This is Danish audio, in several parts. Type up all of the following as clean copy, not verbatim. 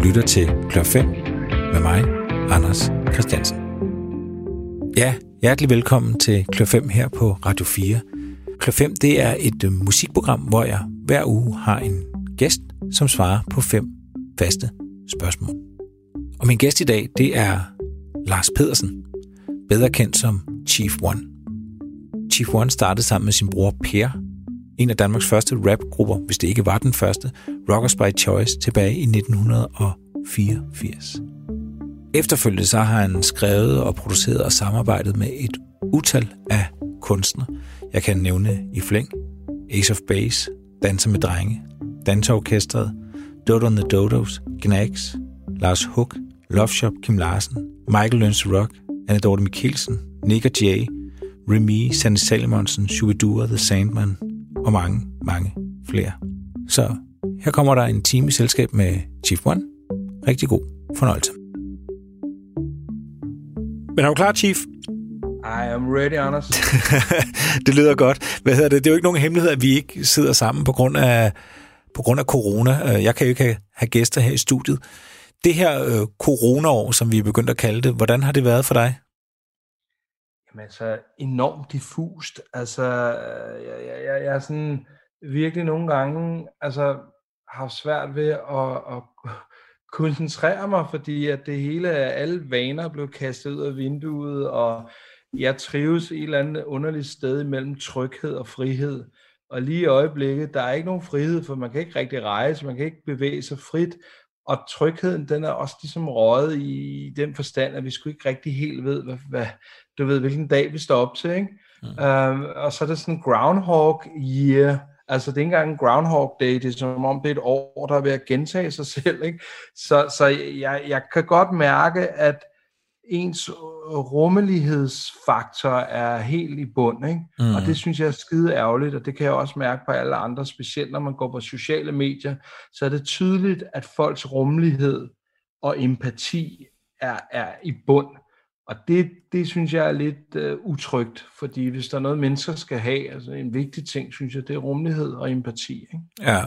lytter til Klør 5 med mig, Anders Christiansen. Ja, hjertelig velkommen til Klør 5 her på Radio 4. Klør 5, det er et musikprogram, hvor jeg hver uge har en gæst, som svarer på 5 faste spørgsmål. Og min gæst i dag, det er Lars Pedersen, bedre kendt som Chief One. Chief One startede sammen med sin bror Per, en af Danmarks første rapgrupper, hvis det ikke var den første, Rockers by Choice, tilbage i 1984. Efterfølgende så har han skrevet og produceret og samarbejdet med et utal af kunstnere. Jeg kan nævne i flæng Ace of Base, Danser med Drenge, Danseorkestret, Dodo and the Dodos, Gnags, Lars Huck, Love Shop, Kim Larsen, Michael Learns to Rock, Anne Dorte Mikkelsen, Nick og Jay, Remy, Sanne Salomonsen, Shubidua, The Sandman og mange, mange flere. Så her kommer der en time i selskab med Chief One. Rigtig god fornøjelse. Men er du klar, Chief? I am ready, Anders. Det lyder godt. Hvad hedder det? Det er jo ikke nogen hemmelighed, at vi ikke sidder sammen på grund af corona. Jeg kan jo ikke have gæster her i studiet. Det her coronaår, som vi er begyndt at kalde det, hvordan har det været for dig? Jamen altså, enormt diffust. Altså, jeg er sådan virkelig nogle gange har svært ved at koncentrere mig, fordi at det hele af alle vaner blev kastet ud af vinduet, og jeg trives i et eller andet underligt sted mellem tryghed og frihed. Og lige i øjeblikket, der er ikke nogen frihed, for man kan ikke rigtig rejse, man kan ikke bevæge sig frit, og trygheden, den er også ligesom røget i den forstand, at vi sgu ikke rigtig helt ved, hvilken dag vi står op til, ikke? Og så er det sådan Groundhog Year. Altså, det er ikke engang en Groundhog Day, det er som om det er et år, der er ved at gentage sig selv, ikke? Så jeg kan godt mærke, at ens rummelighedsfaktor er helt i bund, ikke? Og det synes jeg er skide ærgerligt, og det kan jeg også mærke på alle andre, specielt når man går på sociale medier, så er det tydeligt, at folks rummelighed og empati er i bund. Og det synes jeg er lidt utrygt, fordi hvis der er noget, mennesker skal have, altså en vigtig ting, synes jeg, det er rummelighed og empati, ikke? Ja.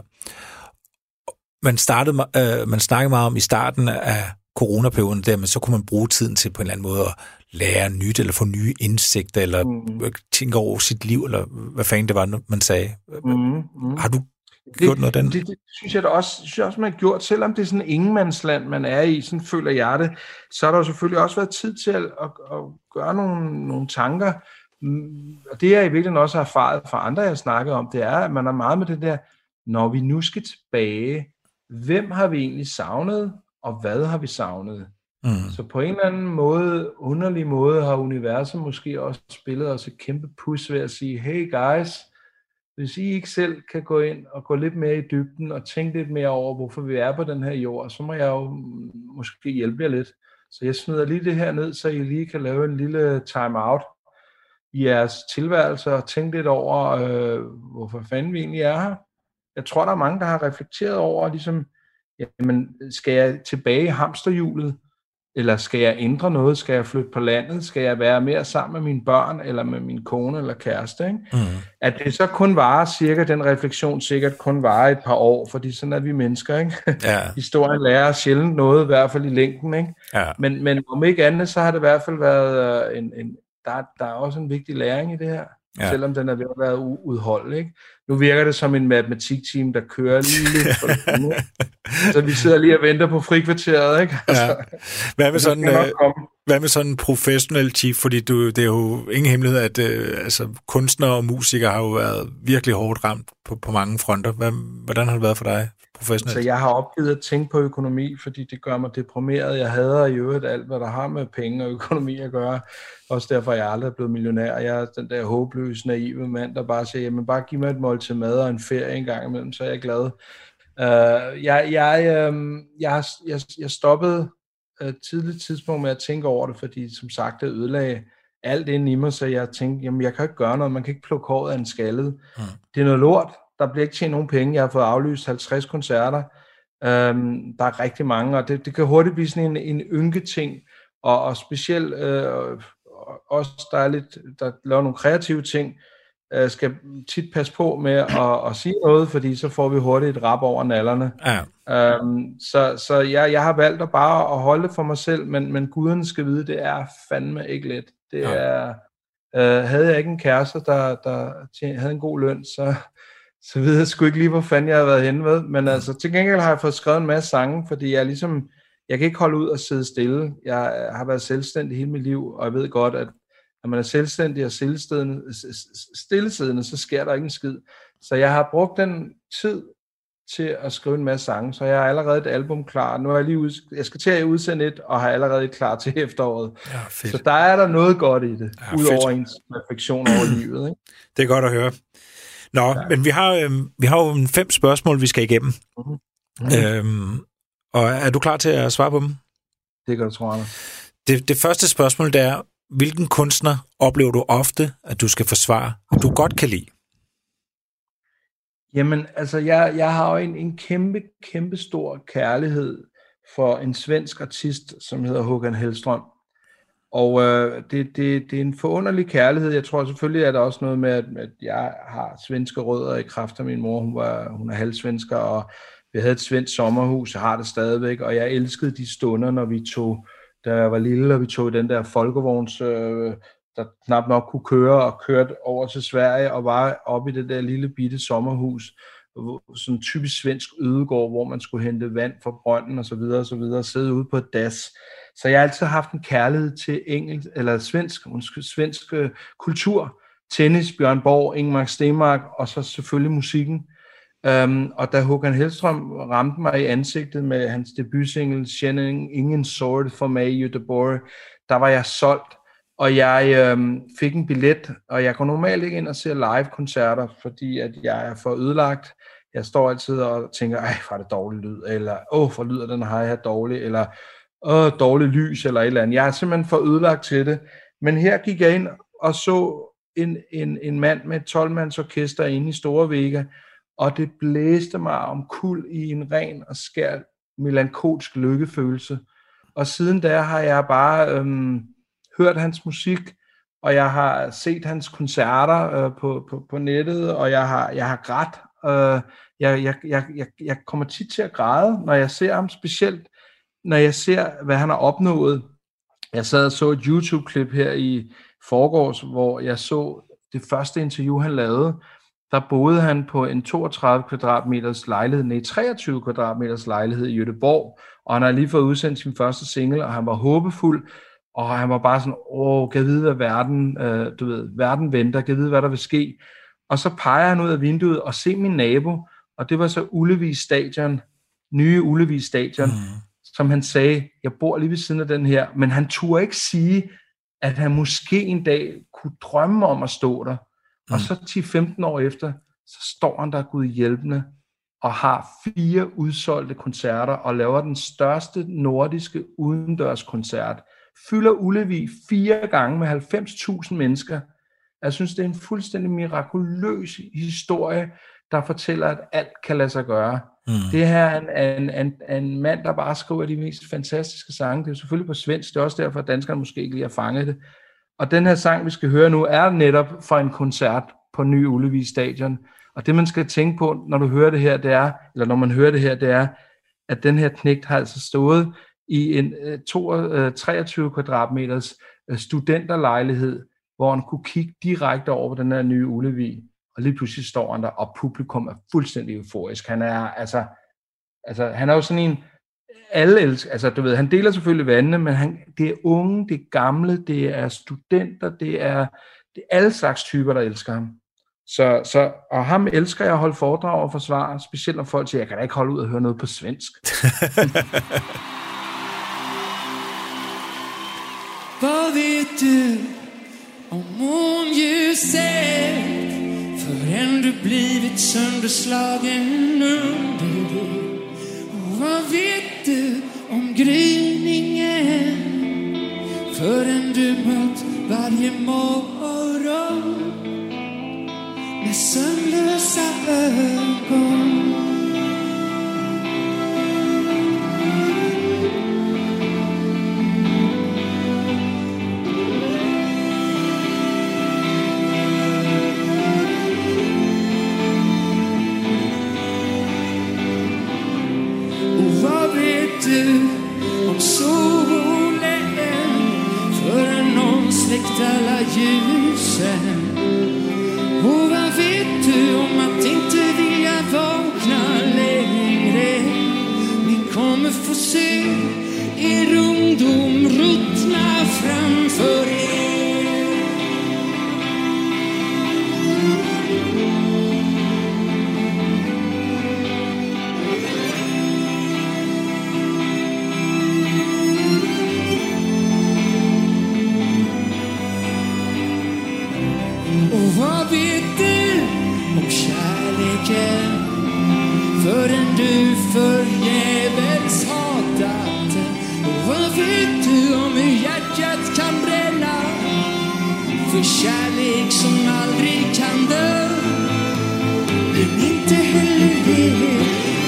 Man snakkede meget om i starten af coronaperioden der, men så kunne man bruge tiden til på en eller anden måde at lære nyt, eller få nye indsigter, eller tænke over sit liv, eller hvad fanden det var, man sagde. Har du gjort noget af den? Det synes jeg også, man har gjort. Selvom det er sådan en ingenmandsland, man er i, sådan føler jeg det, så har der jo selvfølgelig også været tid til at gøre nogle tanker. Og det jeg i virkeligheden også har erfaret fra andre, jeg har snakket om, det er, at man er meget med det der, når vi nu skal tilbage, hvem har vi egentlig savnet, og hvad har vi savnet? Så på en eller anden måde, underlig måde, har universet måske også spillet os et kæmpe pus ved at sige, hey guys, hvis I ikke selv kan gå ind og gå lidt mere i dybden og tænke lidt mere over, hvorfor vi er på den her jord, så må jeg jo måske hjælpe jer lidt. Så jeg smider lige det her ned, så I lige kan lave en lille time-out i jeres tilværelse og tænke lidt over, hvorfor fanden vi egentlig er her. Jeg tror, der er mange, der har reflekteret over, ligesom, jamen, skal jeg tilbage i hamsterhjulet? Eller skal jeg ændre noget? Skal jeg flytte på landet? Skal jeg være mere sammen med mine børn, eller med min kone eller kæreste? Ikke? At det så kun varer cirka, den refleksion sikkert kun varer et par år, fordi sådan er vi mennesker, ikke? Ja. Historien lærer sjældent noget, i hvert fald i længden, ikke? Ja. Men om ikke andet, så har det i hvert fald været der er også en vigtig læring i det her. Ja. Selvom den er ved at være uudholdelig, ikke? Nu virker det som en matematikteam, der kører lige lidt for det. Så vi sidder lige og venter på frikvarteret, ikke? Ja. Hvad med sådan en professionel chief? Fordi det er jo ingen hemmelighed, at kunstnere og musikere har jo været virkelig hårdt ramt på mange fronter. Hvordan har det været for dig professionelt? Så jeg har opgivet at tænke på økonomi, fordi det gør mig deprimeret. Jeg hader i øvrigt alt, hvad der har med penge og økonomi at gøre. Også derfor er jeg aldrig blevet millionær. Jeg er den der håbløse, naive mand, der bare siger, jamen bare giv mig et måltid mad og en ferie en gang imellem, så er jeg glad. Jeg stoppede tidligt tidspunkt med at tænke over det, fordi som sagt, det ødelagde alt inden i mig, så jeg tænkte, jamen jeg kan ikke gøre noget, man kan ikke plukke håret af en skaldet. Det er noget lort, der bliver ikke tjent nogen penge, jeg har fået aflyst 50 koncerter, der er rigtig mange, og det kan hurtigt blive sådan en ynke ting, og specielt os, der laver nogle kreative ting, skal tit passe på med at sige noget, fordi så får vi hurtigt et rap over nallerne. Ja. Så jeg har valgt at bare at holde det for mig selv, men guderne skal vide, det er fandme ikke let. Det er, havde jeg ikke en kæreste, der havde en god løn, så ved jeg sgu ikke lige, hvor fanden jeg har været henne med. Men altså, til gengæld har jeg fået skrevet en masse sange, fordi jeg kan ikke holde ud og sidde stille. Jeg har været selvstændig hele mit liv, og jeg ved godt, at når man er selvstændig og stillesiddende, så sker der ikke en skid. Så jeg har brugt den tid til at skrive en masse sange, så jeg har allerede et album klar. Nu er jeg skal til at udsende et, og har allerede et klar til efteråret. Ja, fedt. Så der er der noget godt i det, udover ens perfektion over livet. Ikke? Det er godt at høre. Nå, men vi har jo 5 spørgsmål, vi skal igennem. Og er du klar til at svare på dem? Det kan du tro, Anders. Det første spørgsmål, det er, hvilken kunstner oplever du ofte, at du skal forsvare, og du godt kan lide? Jamen, altså, jeg har jo en kæmpe stor kærlighed for en svensk artist, som hedder Håkan Hellström. Og det er en forunderlig kærlighed. Jeg tror selvfølgelig, at der også noget med, at jeg har svenske rødder i kraft af min mor. Hun er halvsvensker, og vi havde et svensk sommerhus. Jeg har det stadigvæk, og jeg elskede de stunder, når vi tog, da jeg var lille, og vi tog den der folkevogns, der knap nok kunne køre, og kørte over til Sverige, og var oppe i det der lille bitte sommerhus, sådan en typisk svensk ødegård, hvor man skulle hente vand fra brønden, og så videre, og sidde ude på et das. Så jeg har altid haft en kærlighed til svensk kultur, tennis, Bjørn Borg, Ingmar Stenmark, og så selvfølgelig musikken. Og da Håkan Hellström ramte mig i ansigtet med hans debutsingle, Känner ingen sorg for mig i Göteborg, der var jeg solgt, og jeg fik en billet, og jeg går normalt ikke ind og ser live-koncerter, fordi at jeg er for ødelagt. Jeg står altid og tænker, hvor er det dårlig lyd, eller hvor lyder den her dårlig, eller dårlig lys, eller et eller andet. Jeg er simpelthen for ødelagt til det. Men her gik jeg ind og så en mand med et 12-mands orkester inde i Store Vega, og det blæste mig omkuld i en ren og skær melankolsk lykkefølelse. Og siden da har jeg bare hørt hans musik, og jeg har set hans koncerter på nettet, og jeg har grædt. Jeg kommer tit til at græde, når jeg ser ham, specielt når jeg ser, hvad han har opnået. Jeg sad og så et YouTube-klip her i forgårs, hvor jeg så det første interview, han lavede. Der boede han på en 32 kvadratmeters lejlighed, 23 kvadratmeters lejlighed i Göteborg, og han har lige fået udsendt sin første single, og han var håbefuld, og han var bare sådan, kan vide, hvad verden venter, kan vide, hvad der vil ske. Og så peger han ud af vinduet og ser min nabo, og det var så Ullevi Stadion, nye Ullevi Stadion, som han sagde, jeg bor lige ved siden af den her, men han turde ikke sige, at han måske en dag kunne drømme om at stå der. Og så 10-15 år efter, så står han der Gud hjælpende, og har 4 udsolgte koncerter, og laver den største nordiske udendørskoncert. Fylder Ullevi 4 gange med 90.000 mennesker. Jeg synes, det er en fuldstændig mirakuløs historie, der fortæller, at alt kan lade sig gøre. Det her er en mand, der bare skriver de mest fantastiske sange. Det er selvfølgelig på svensk, det er også derfor, at danskerne måske ikke lige har fanget det. Og den her sang, vi skal høre nu, er netop fra en koncert på Ny Ullevi Stadion. Og det, man skal tænke på, når man hører det her, det er, at den her knægt har altså stået i en 23 kvadratmeters studenterlejlighed, hvor han kunne kigge direkte over på den her Nye Ullevi. Og lige pludselig står han der, og publikum er fuldstændig euforisk. Han er han er jo sådan en, alle elsker, altså du ved, han deler selvfølgelig vandene, men det er unge, det er gamle, det er studenter, det er alle slags typer, der elsker ham. Og ham elsker jeg at holde foredrag og forsvare, specielt når folk siger, jeg kan da ikke holde ud og høre noget på svensk. Vad vet du om månljuset förrän du blivit sönderslagen under det? Och vad vet du om gryningen förrän du mött varje morgon med sömnlösa ögon? du om solen förrän någon släckt alla ljusen? Och vad vet du om att inte vilja vakna längre? Ni kommer få se er ungdom ruttna framför er. Och vad vet du om kärleken förrän du förgäves hatat den? Och vad vet du om hur hjärtat kan bränna för kärlek som aldrig kan dö? Men inte heller det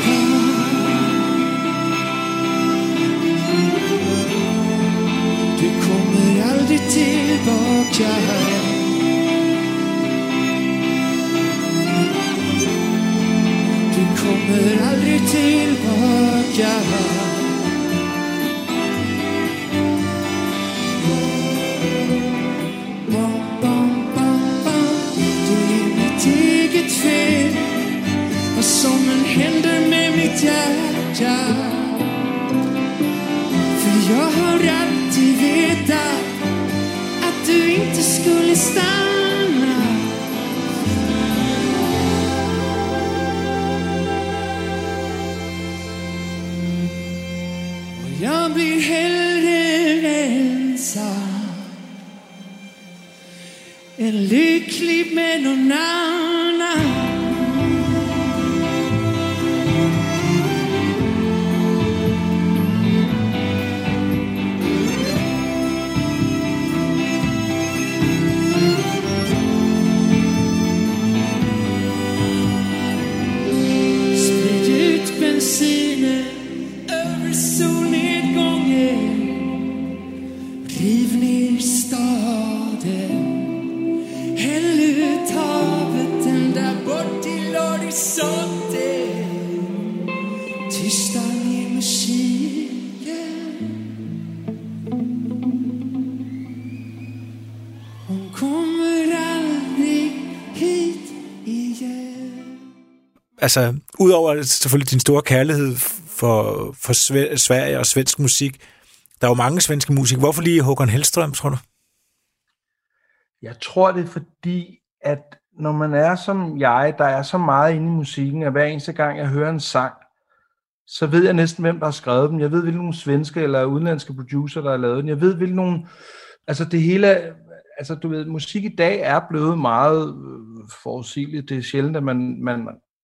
du kommer aldrig tillbaka. Kommer aldrig tillbaka. Bom, bom, bom, bom. Det är mitt eget fel vad som än händer med mitt hjärta. För jag har alltid vetat att du inte skulle stanna. Jag blir hellre ensam än lycklig med någon annan. Sprid ut bensinen över solnedgången. Riv ner staden. Häll ut havet ända bort till horisonten. Tysta ner musiken. Hon kommer aldrig hit igen. Altså, udover selvfølgelig din store kærlighed for Sverige og svensk musik, der er jo mange svenske musikere. Hvorfor lige Håkan Hellström, tror du? Jeg tror, det er fordi, at når man er som jeg, der er så meget inde i musikken, at hver eneste gang jeg hører en sang, så ved jeg næsten, hvem der har skrevet dem. Jeg ved, hvilke nogle svenske eller udenlandske producer, der har lavet den. Jeg ved, hvilke nogle... Altså det hele... Altså du ved, musik i dag er blevet meget forudsigeligt. Det er sjældent, at man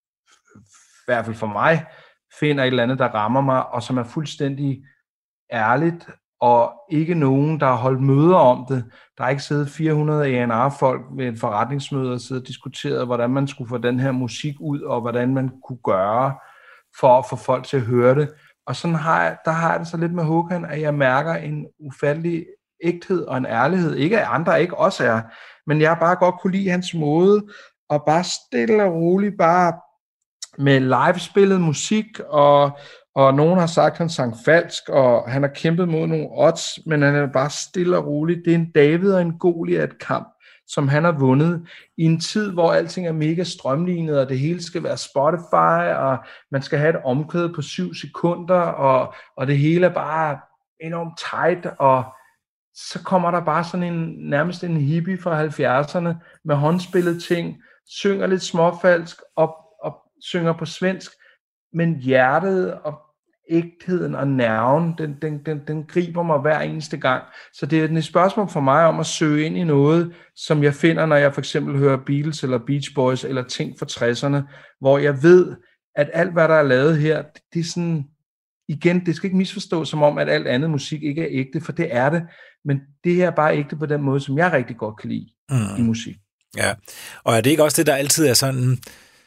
i hvert fald for mig, finder et eller andet, der rammer mig, og som er fuldstændig ærligt, og ikke nogen, der har holdt møder om det. Der er ikke siddet 400 A&R-folk ved et forretningsmøde og siddet og diskuteret, hvordan man skulle få den her musik ud, og hvordan man kunne gøre for at få folk til at høre det. Og sådan har jeg det så lidt med Håkan, at jeg mærker en ufattelig ægthed og en ærlighed. Ikke at andre ikke også er, men jeg bare godt kunne lide hans måde, og bare stille og roligt, bare med live-spillet musik, og nogen har sagt, at han sang falsk, og han har kæmpet mod nogle odds, men han er bare stille og rolig. Det er en David og en Goliat-kamp, som han har vundet i en tid, hvor alting er mega strømlignet, og det hele skal være Spotify, og man skal have et omkvæd på 7 sekunder, og det hele er bare enormt tight, og så kommer der bare sådan nærmest en hippie fra 70'erne med håndspillet ting, synger lidt småfalsk og synger på svensk, men hjertet og ægtheden og nerven, den griber mig hver eneste gang. Så det er et spørgsmål for mig om at søge ind i noget, som jeg finder, når jeg for eksempel hører Beatles eller Beach Boys eller ting fra 60'erne, hvor jeg ved, at alt hvad der er lavet her, det er sådan, igen, det skal ikke misforstås som om, at alt andet musik ikke er ægte, for det er det, men det her er bare ægte på den måde, som jeg rigtig godt kan lide i musik. Ja, og er det ikke også det, der altid er sådan,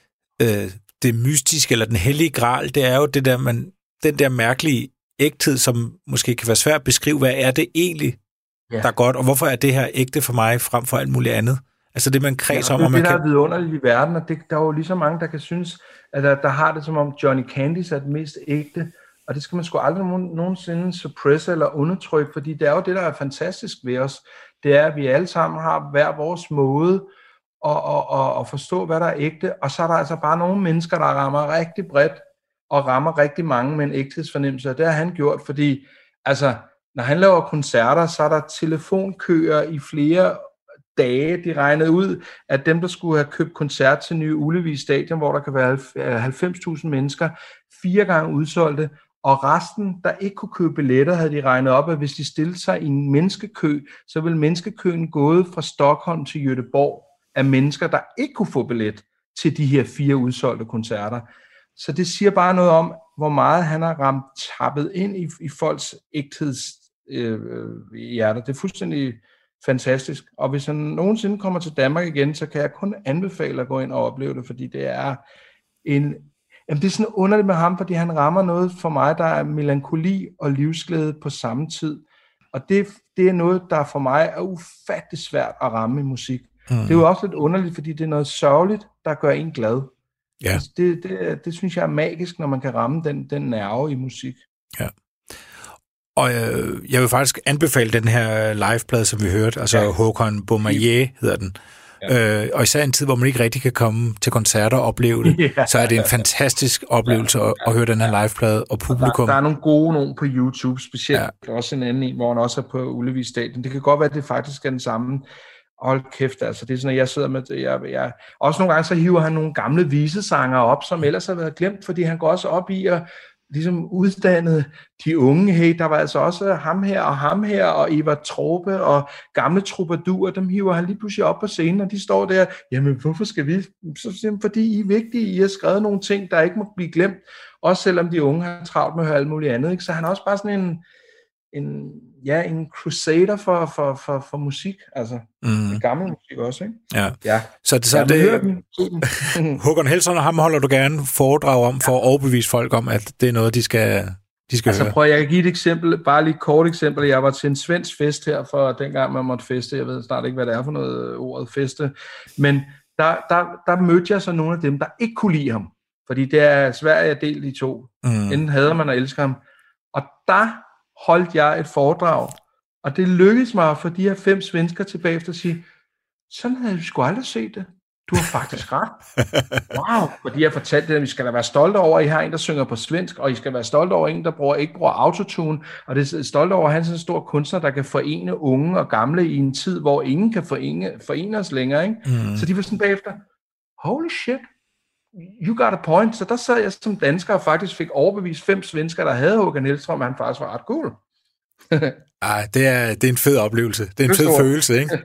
det mystiske eller den hellige gral, det er jo det der, den der mærkelige ægthed, som måske kan være svært at beskrive, hvad er det egentlig, der er godt, og hvorfor er det her ægte for mig, frem for alt muligt andet? Altså det, man kredser om, og man det, der er vidunderligt i verden, og der er jo lige så mange, der kan synes, at der har det som om Johnny Candice er det mest ægte, og det skal man sgu aldrig nogensinde suppresse eller undertrykke, fordi det er jo det, der er fantastisk ved os, det er, at vi alle sammen har hver vores måde at forstå, hvad der er ægte, og så er der altså bare nogle mennesker, der rammer rigtig bredt, og rammer rigtig mange med en ægthedsfornemmelse, og det har han gjort, fordi altså, når han laver koncerter, så er der telefonkøer i flere dage. De regnede ud, at dem, der skulle have købt koncert til Nye Ullevi Stadion, hvor der kan være 90.000 mennesker, 4 gange udsolgte, og resten, der ikke kunne købe billetter, havde de regnet op, at hvis de stillede sig i en menneskekø, så ville menneskekøen gået fra Stockholm til Göteborg af mennesker, der ikke kunne få billet til de her 4 udsolgte koncerter. Så det siger bare noget om, hvor meget han har tappet ind i folks ægthedshjerter. Det er fuldstændig fantastisk. Og hvis han nogensinde kommer til Danmark igen, så kan jeg kun anbefale at gå ind og opleve det, fordi det er det er sådan underligt med ham, fordi han rammer noget for mig, der er melankoli og livsglæde på samme tid. Og det er noget, der for mig er ufattelig svært at ramme i musik. Det er jo også lidt underligt, fordi det er noget sørgeligt, der gør en glad. Ja. Det synes jeg er magisk, når man kan ramme den nerve i musik. Ja. Og jeg vil faktisk anbefale den her liveplade, som vi hørte, altså Håkon Boumaier hedder den. Ja. Og især en tid, hvor man ikke rigtig kan komme til koncerter og opleve det, så er det en fantastisk oplevelse at høre den her liveplade, og publikum. Der er nogle gode på YouTube, specielt også en anden hvor han også er på Ullevi Stadion. Det kan godt være, at det faktisk er den samme. Hold kæft, altså det er sådan, at jeg sidder med jeg også nogle gange, så hiver han nogle gamle visesanger op, som ellers har været glemt, fordi han går også op i at ligesom uddanne de unge. Hey, der var altså også ham her, og Eva Trope, og gamle troubadour, dem hiver han lige pludselig op på scenen, og de står der, jamen hvorfor skal vi? Så fordi I er vigtige, I har skrevet nogle ting, der ikke må blive glemt, også selvom de unge har travlt med at høre alt muligt andet, ikke? Så han er også bare sådan en crusader for musik, altså gammel musik også, ikke? Ja. Så det Håkon Hellström, ham holder du gerne foredrag om, for at overbevise folk om, at det er noget, de skal høre. Prøv, jeg kan give et eksempel, bare lige et kort eksempel. Jeg var til en svensk fest her, for dengang man måtte feste, jeg ved snart ikke, hvad det er for noget ordet feste, men der mødte jeg så nogle af dem, der ikke kunne lide ham, fordi det er Sverige at dele de to. Enten hader man og elsker ham, og der holdt jeg et foredrag, og det lykkedes mig at få de her 5 svensker tilbage efter at sige, sådan havde vi sgu aldrig set det. Du har faktisk ret. Wow, fordi jeg fortalte det, at vi skal da være stolte over, at I har en, der synger på svensk, og I skal være stolte over en, der ikke bruger autotune, og det er stolte over, at han er en stor kunstner, der kan forene unge og gamle i en tid, hvor ingen kan forene os længere. Ikke? Så de var sådan bagefter, holy shit, you got a point. Så der sad jeg som dansker og faktisk fik overbevist 5 svensker, der havde Håkon Hellström, og han faktisk var ret cool. Det er en fed oplevelse. Det er en fed følelse, ikke?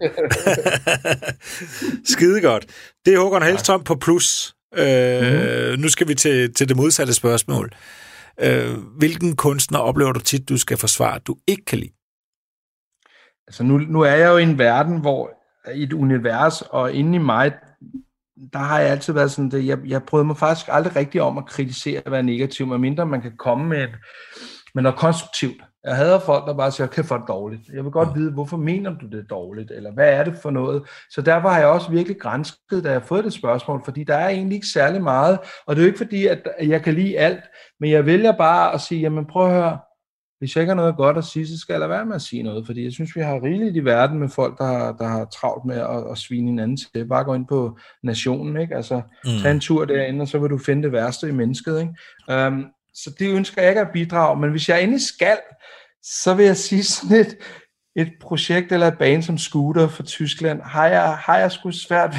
Skide godt. Det er Håkon Hellström på plus. Nu skal vi til det modsatte spørgsmål. Hvilken kunstner oplever du tit, du skal forsvare, du ikke kan lide? Altså nu er jeg jo i en verden, hvor i et univers, og inde i mig, der har jeg altid været sådan, det, jeg prøvede mig faktisk aldrig rigtig om at kritisere at være negativ, medmindre man kan komme med noget konstruktivt. Jeg hader folk, der bare siger, okay, for det dårligt. Jeg vil godt vide, hvorfor mener du det er dårligt, eller hvad er det for noget? Så derfor har jeg også virkelig gransket, da jeg har fået det spørgsmål, fordi der er egentlig ikke særlig meget, og det er jo ikke fordi, at jeg kan lide alt, men jeg vælger bare at sige, jamen prøv at høre, hvis jeg ikke har noget godt at sige, så skal jeg lade være med at sige noget, fordi jeg synes, vi har rigeligt i verden med folk, der har travlt med at svine hinanden til. Bare gå ind på Nationen, ikke? Altså, tag en tur derinde, og så vil du finde det værste i mennesket, ikke? Så det ønsker jeg ikke at bidrage, men hvis jeg endelig skal, så vil jeg sige sådan et projekt eller et band som Scooter fra Tyskland, har jeg sgu svært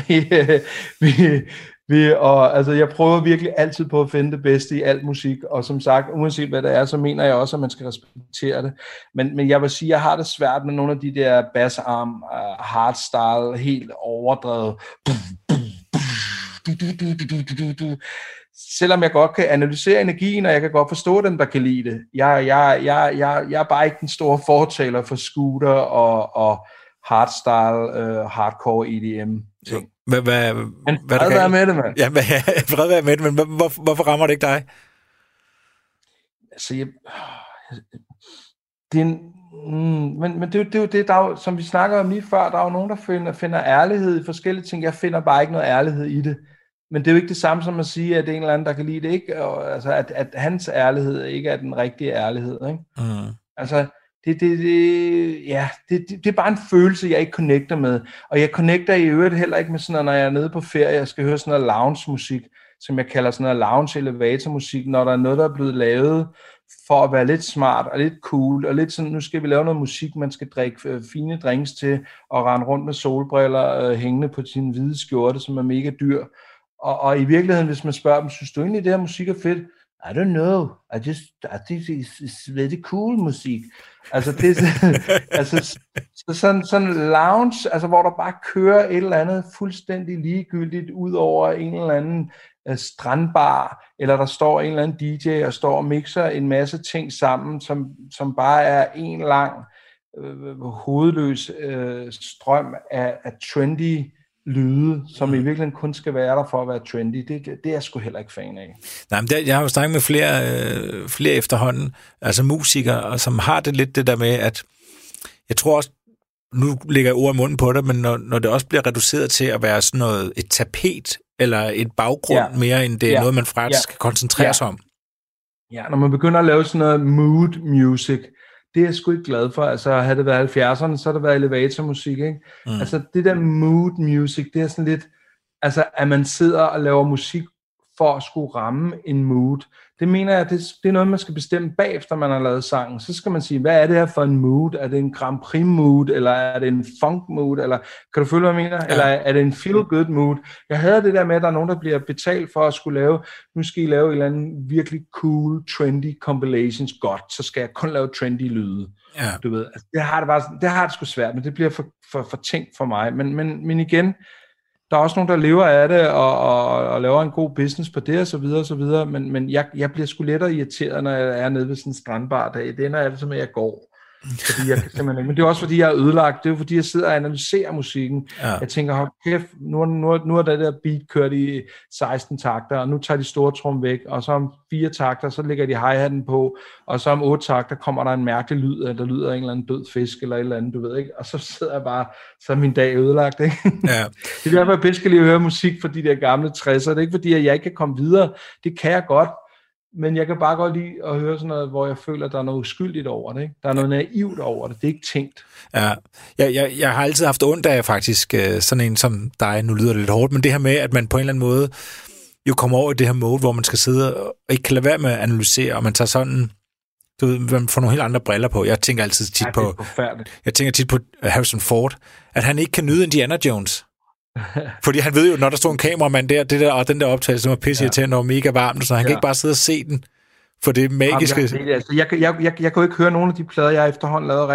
ved og altså jeg prøver virkelig altid på at finde det bedste i alt musik, og som sagt, uanset hvad det er, så mener jeg også, at man skal respektere det. Men jeg vil sige, at jeg har det svært med nogle af de der bassarm, hardstyle, helt overdrevet. Selvom jeg godt kan analysere energien, og jeg kan godt forstå dem, der kan lide det. Jeg er bare ikke den store fortaler for Scooter og hardstyle, hardcore EDM ting. Hvad der kan med det, mand? Ja, fred være med det, men hvorfor rammer det ikke dig? Altså, men det er jo det, der er, som vi snakker om lige før, der er jo nogen, der finder ærlighed i forskellige ting. Jeg finder bare ikke noget ærlighed i det. Men det er jo ikke det samme som at sige, at det er en eller anden, der kan lide det, ikke? Og, altså, at hans ærlighed ikke er den rigtige ærlighed, ikke? Altså, det er bare en følelse, jeg ikke connecter med. Og jeg connecter i øvrigt heller ikke med sådan noget, når jeg er nede på ferie, jeg skal høre sådan noget lounge-musik, som jeg kalder sådan noget lounge-elevator-musik, når der er noget, der er blevet lavet for at være lidt smart og lidt cool, og lidt sådan, nu skal vi lave noget musik, man skal drikke fine drinks til, og rende rundt med solbriller hængende på sin hvide skjorte, som er mega dyr. Og i virkeligheden, hvis man spørger dem, synes du egentlig, det her musik er fedt? I don't know. I think it's really cool musik. Altså, det altså sådan lounge, altså, hvor der bare kører et eller andet fuldstændig ligegyldigt ud over en eller anden strandbar, eller der står en eller anden DJ og står og mixer en masse ting sammen, som bare er en lang hovedløs strøm af trendy lyde, som i virkeligheden kun skal være der for at være trendy. Det er jeg sgu heller ikke fan af. Nej, men jeg har jo snakket med flere efterhånden, altså musikere, som har det lidt det der med, at jeg tror også, nu lægger jeg ord i munden på det, men når det også bliver reduceret til at være sådan noget, et tapet, eller et baggrund mere, end det er noget, man faktisk skal koncentrere sig om. Ja, når man begynder at lave sådan noget mood music, det er jeg sgu ikke glad for. Altså, havde det været 70'erne, så har det været elevatormusik, ikke? Altså, det der mood music, det er sådan lidt, altså, at man sidder og laver musik for at skulle ramme en mood. Det mener jeg, det er noget, man skal bestemme bagefter, man har lavet sangen. Så skal man sige, hvad er det her for en mood? Er det en Grand Prix mood, eller er det en funk mood, eller kan du følge, hvad jeg mener? Ja. Eller er det en feel-good mood? Jeg havde det der med, at der er nogen, der bliver betalt for at skulle lave, nu skal I lave en eller anden virkelig cool, trendy compilations. Godt, så skal jeg kun lave trendy lyde. Ja. Du ved, altså, det har det sgu svært, men det bliver for tænkt for mig. Men igen, der er også nogen, der lever af det, og laver en god business på det, og så videre, og så videre. Men jeg bliver sgu lettere irriteret, når jeg er nede ved sådan en strandbar dag. Det ender altid med, at jeg går. Fordi jeg kan simpelthen ikke. Men det er også, fordi jeg er ødelagt. Det er jo, fordi jeg sidder og analyserer musikken. Ja. Jeg tænker, hold kæft, nu er det der beat kørt i 16 takter, og nu tager de store trum væk, og så om 4 takter, så lægger de hi-hatten på, og så om 8 takter kommer der en mærkelig lyd, der lyder en eller anden død fisk, eller et eller andet, du ved ikke, og så sidder jeg bare, så er min dag ødelagt, ikke? Ja. Det er derfor, jeg bedst kan lide at høre musik for de der gamle 60'er. Det er ikke fordi, at jeg ikke kan komme videre. Det kan jeg godt. Men jeg kan bare godt lide at høre sådan noget, hvor jeg føler, at der er noget uskyldigt over det. Ikke? Der er noget naivt over det. Det er ikke tænkt. Ja, jeg har altid haft ondt af faktisk sådan en som dig. Nu lyder det lidt hårdt, men det her med, at man på en eller anden måde jo kommer over i det her mode, hvor man skal sidde og ikke kan lade være med at analysere, og man tager sådan, du ved, man får nogle helt andre briller på. Jeg tænker altid tit på Harrison Ford, at han ikke kan nyde Indiana Jones. Fordi han ved jo, når der står en kameramand der, det der og den der optagelse, var pisseirriterende og mega varmt, så han kan ikke bare sidde og se den, for det magiske. Jeg kan jo ikke høre nogen af de plader, jeg efterhånden lavet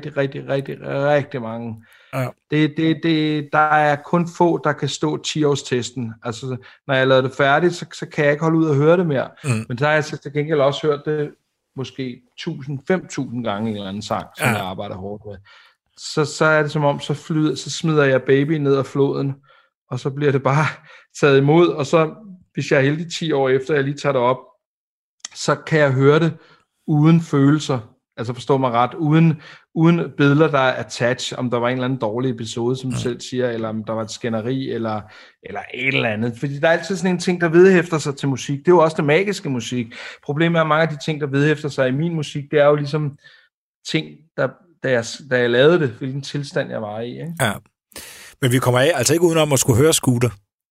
rigtig mange. Ja. Der er kun få, der kan stå 10-års-testen. Altså, når jeg lavede det færdigt, så kan jeg ikke holde ud og høre det mere. Men der har jeg til gengæld også hørt det måske 1000-5000 gange i en eller anden sang, som jeg arbejder hårdt med. Så er det som om, så smider jeg baby ned ad floden, og så bliver det bare taget imod, og så, hvis jeg er heldig 10 år efter, jeg lige tager det op, så kan jeg høre det uden følelser, altså forstå mig ret, uden billeder, der er attached, om der var en eller anden dårlig episode, som du selv siger, eller om der var et skænderi, eller et eller andet, fordi der er altid sådan en ting, der vedhæfter sig til musik, det er jo også det magiske musik. Problemet er, at mange af de ting, der vedhæfter sig i min musik, det er jo ligesom ting, da jeg lavede det, hvilken tilstand jeg var i. Ikke? Ja. Men vi kommer altså ikke udenom at skulle høre Scooter.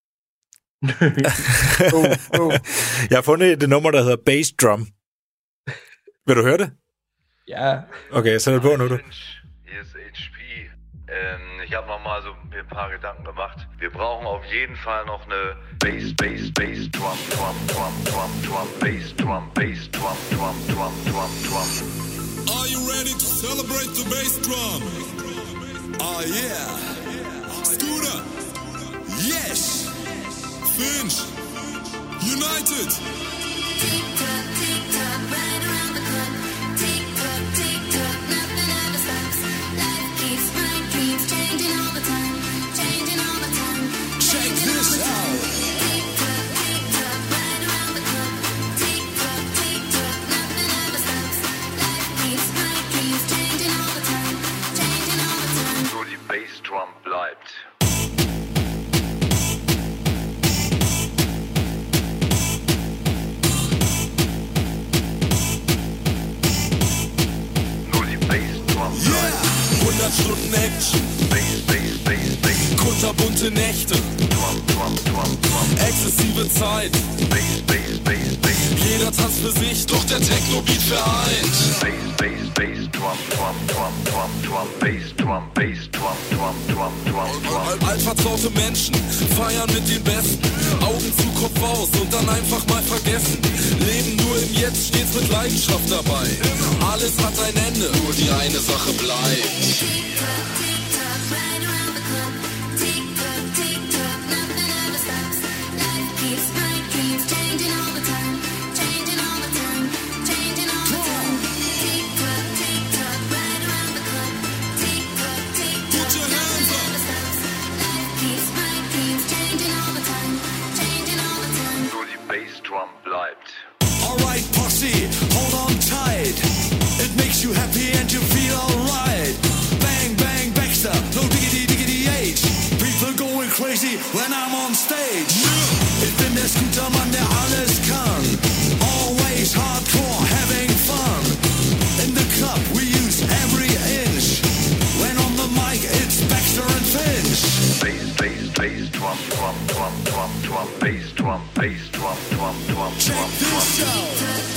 Jeg har fundet det nummer, der hedder Bass Drum. Vil du høre det? Ja. Okay, så er det på nu, du. Hier ist HP. Ich habe noch mal so ein paar Gedanken gemacht. Wir brauchen auf jeden Fall noch eine Bass, Drum, Bass, Drum, Are you ready to celebrate the bass drum? Oh yeah. Scooter. Yes. Finch. United. Tick tock, right around the clock. Tick tock, nothing ever stops. Life keeps my dreams changing all the time. Check this out. Tick tock, right around the clock. Tick tock, nothing ever stops. Life keeps my dreams changing all the time. So die Bassdrum bleibt. Stunden Action. Kunterbunte Nächte. Exzessive Zeit. Jeder tanzt für sich, doch der Techno-Beat vereint. Altvertraute Menschen feiern mit den Besten. Augen zu, Kopf aus und dann einfach mal vergessen. Leben nur im Jetzt, stets mit Leidenschaft dabei. Alles hat ein Ende, nur die eine Sache bleibt. Alright, posse, hold on tight. It makes you happy and you feel alright. Bang, bang, Baxter, no diggity, diggity age. People going crazy when I'm on stage. Ich bin der Scootermann, der alles kann. Always hardcore, having fun. In the club we use every inch. When on the mic it's Baxter and Finch. Bass, drum, drum, drum, drum, drum, bass, drum, drum, drum. Check this out.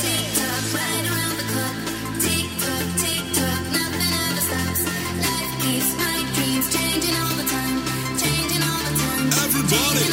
Everybody.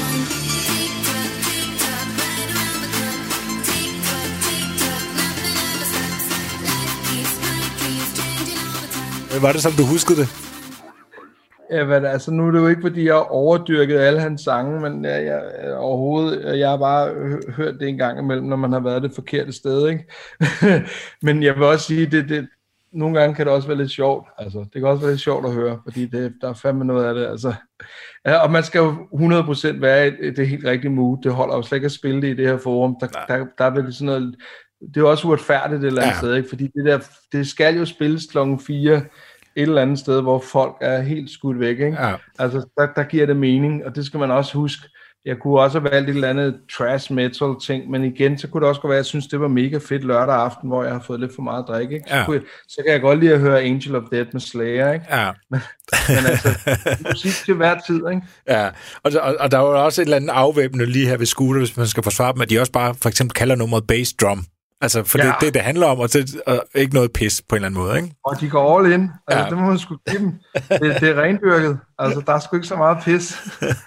Var det, som du huskede det? Ja, men altså nu er det jo ikke, fordi jeg har overdyrket alle hans sange, men jeg har bare hørt det en gang imellem, når man har været det forkerte sted, ikke? Men jeg vil også sige, det nogle gange kan det også være lidt sjovt, altså det kan også være lidt sjovt at høre, fordi der er fandme noget af det, altså. Ja, og man skal jo 100% være i det helt rigtige mood, det holder jo slet ikke at spille det i det her forum, der er vel sådan noget, det er jo også uretfærdigt et eller andet sted, ikke? Fordi det skal jo spilles klokken 4, et eller andet sted, hvor folk er helt skudt væk, ikke? Ja. Altså, der giver det mening, og det skal man også huske. Jeg kunne også have valgt et eller andet trash metal ting, men igen, så kunne det også godt være, at jeg synes, det var mega fedt lørdag aften, hvor jeg har fået lidt for meget drik, ikke? Så kan jeg godt lide at høre Angel of Death med Slayer, ikke? Ja. Men altså, musik til hver tid, ikke? Ja, og der er jo også et eller andet afvæbnende lige her ved Scooter, hvis man skal forsvare dem, at de også bare for eksempel kalder nummeret bass drum. Altså, for det handler om, og ikke noget pis på en eller anden måde, ikke? Og de går all in. Altså, det må man sgu give dem. Det er rendyrket. Altså, der er sgu ikke så meget pis.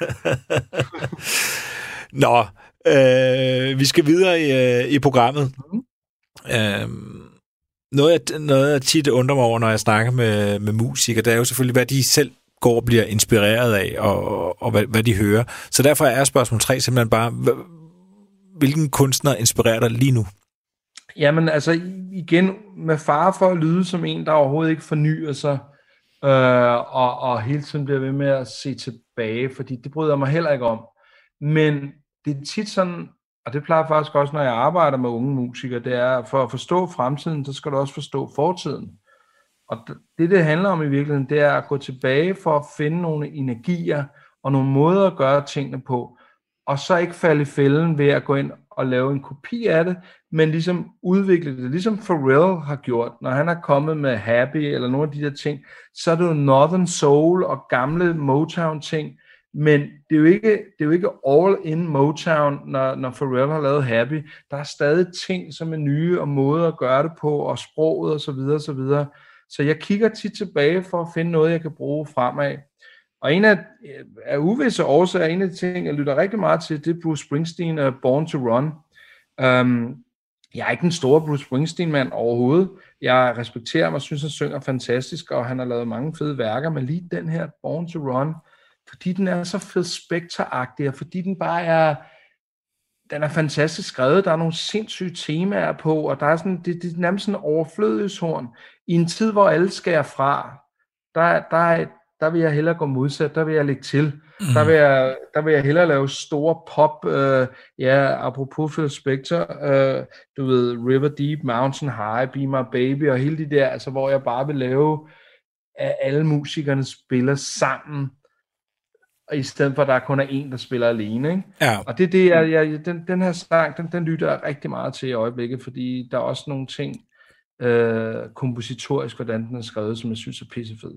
Nå, vi skal videre i programmet. Noget jeg tit undrer mig over, når jeg snakker med musikere, det er jo selvfølgelig, hvad de selv går og bliver inspireret af, og hvad de hører. Så derfor er spørgsmål 3 simpelthen bare, hvilken kunstner inspirerer dig lige nu? Jamen altså igen med fare for at lyde som en, der overhovedet ikke fornyer sig, og hele tiden bliver ved med at se tilbage, fordi det bryder jeg mig heller ikke om. Men det er tit sådan, og det plejer faktisk også, når jeg arbejder med unge musikere, det er, for at forstå fremtiden, så skal du også forstå fortiden. Og det handler om i virkeligheden, det er at gå tilbage for at finde nogle energier, og nogle måder at gøre tingene på, og så ikke falde i fælden ved at gå ind og lave en kopi af det, men ligesom udvikle det, ligesom Pharrell har gjort, når han er kommet med Happy, eller nogle af de der ting, så er det jo Northern Soul og gamle Motown ting, men det er jo ikke all in Motown, når Pharrell har lavet Happy. Der er stadig ting, som er nye, og måder at gøre det på, og sproget og så videre, og så videre. Så jeg kigger tit tilbage for at finde noget, jeg kan bruge fremad. Og en af uvisse årsager, en af de ting, jeg lytter rigtig meget til, det er Bruce Springsteen og Born to Run. Jeg er ikke den store Bruce Springsteen-mand overhovedet. Jeg respekterer ham og synes, han synger fantastisk, og han har lavet mange fede værker, men lige den her Born to Run, fordi den er så Phil Spector-agtig, og fordi den bare er, den er fantastisk skrevet, der er nogle sindssyge temaer på, og der er sådan, det er nærmest sådan en overflødighedshorn. I en tid, hvor alle skærer fra, der vil jeg hellere gå modsat, der vil jeg lægge til. Der vil jeg hellere lave store pop, apropos Phil Spector, du ved, River Deep, Mountain High, Be My Baby, og hele de der, altså hvor jeg bare vil lave, at alle musikerne spiller sammen, og i stedet for, at der kun er en, der spiller alene, ikke? Ja. Og det er det, den her sang, den lytter jeg rigtig meget til i øjeblikket, fordi der er også nogle ting, kompositorisk, hvordan den er skrevet, som jeg synes er pissefed.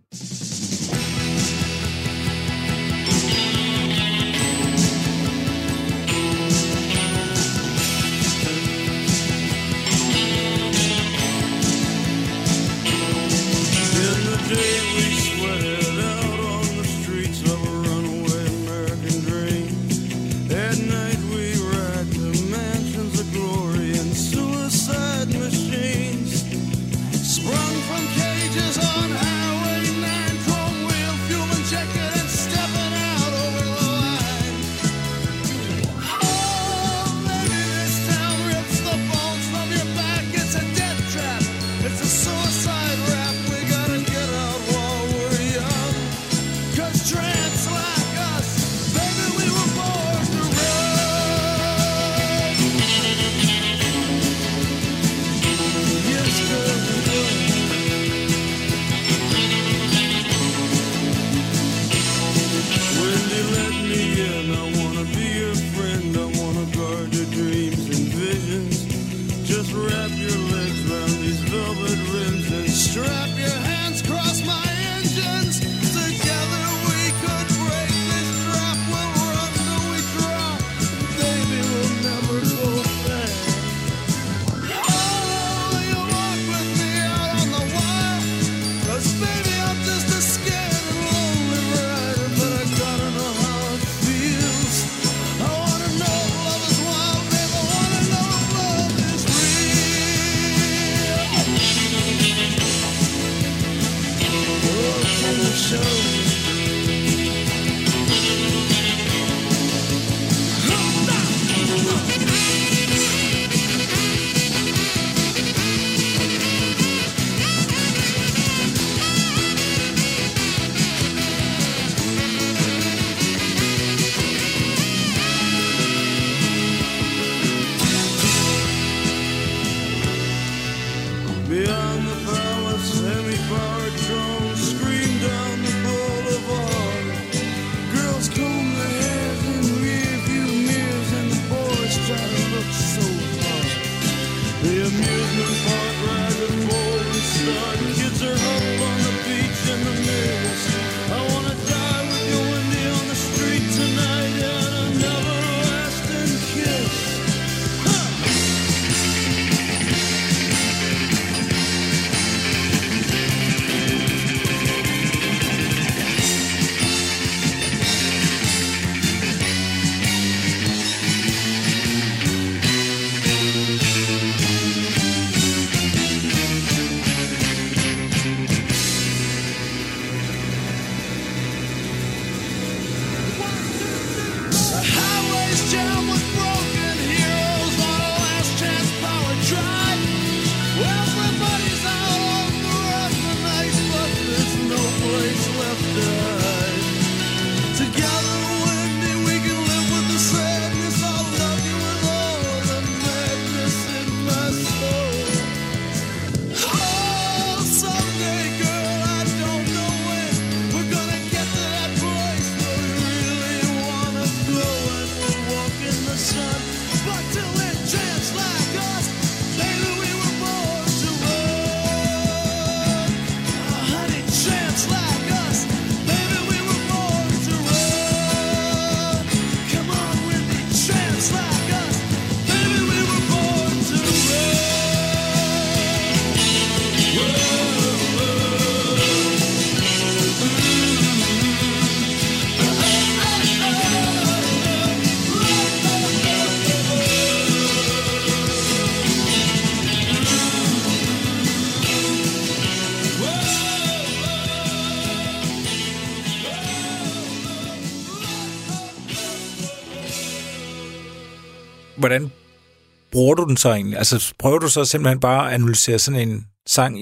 Hvordan bruger du den så egentlig? Altså prøver du så simpelthen bare at analysere sådan en sang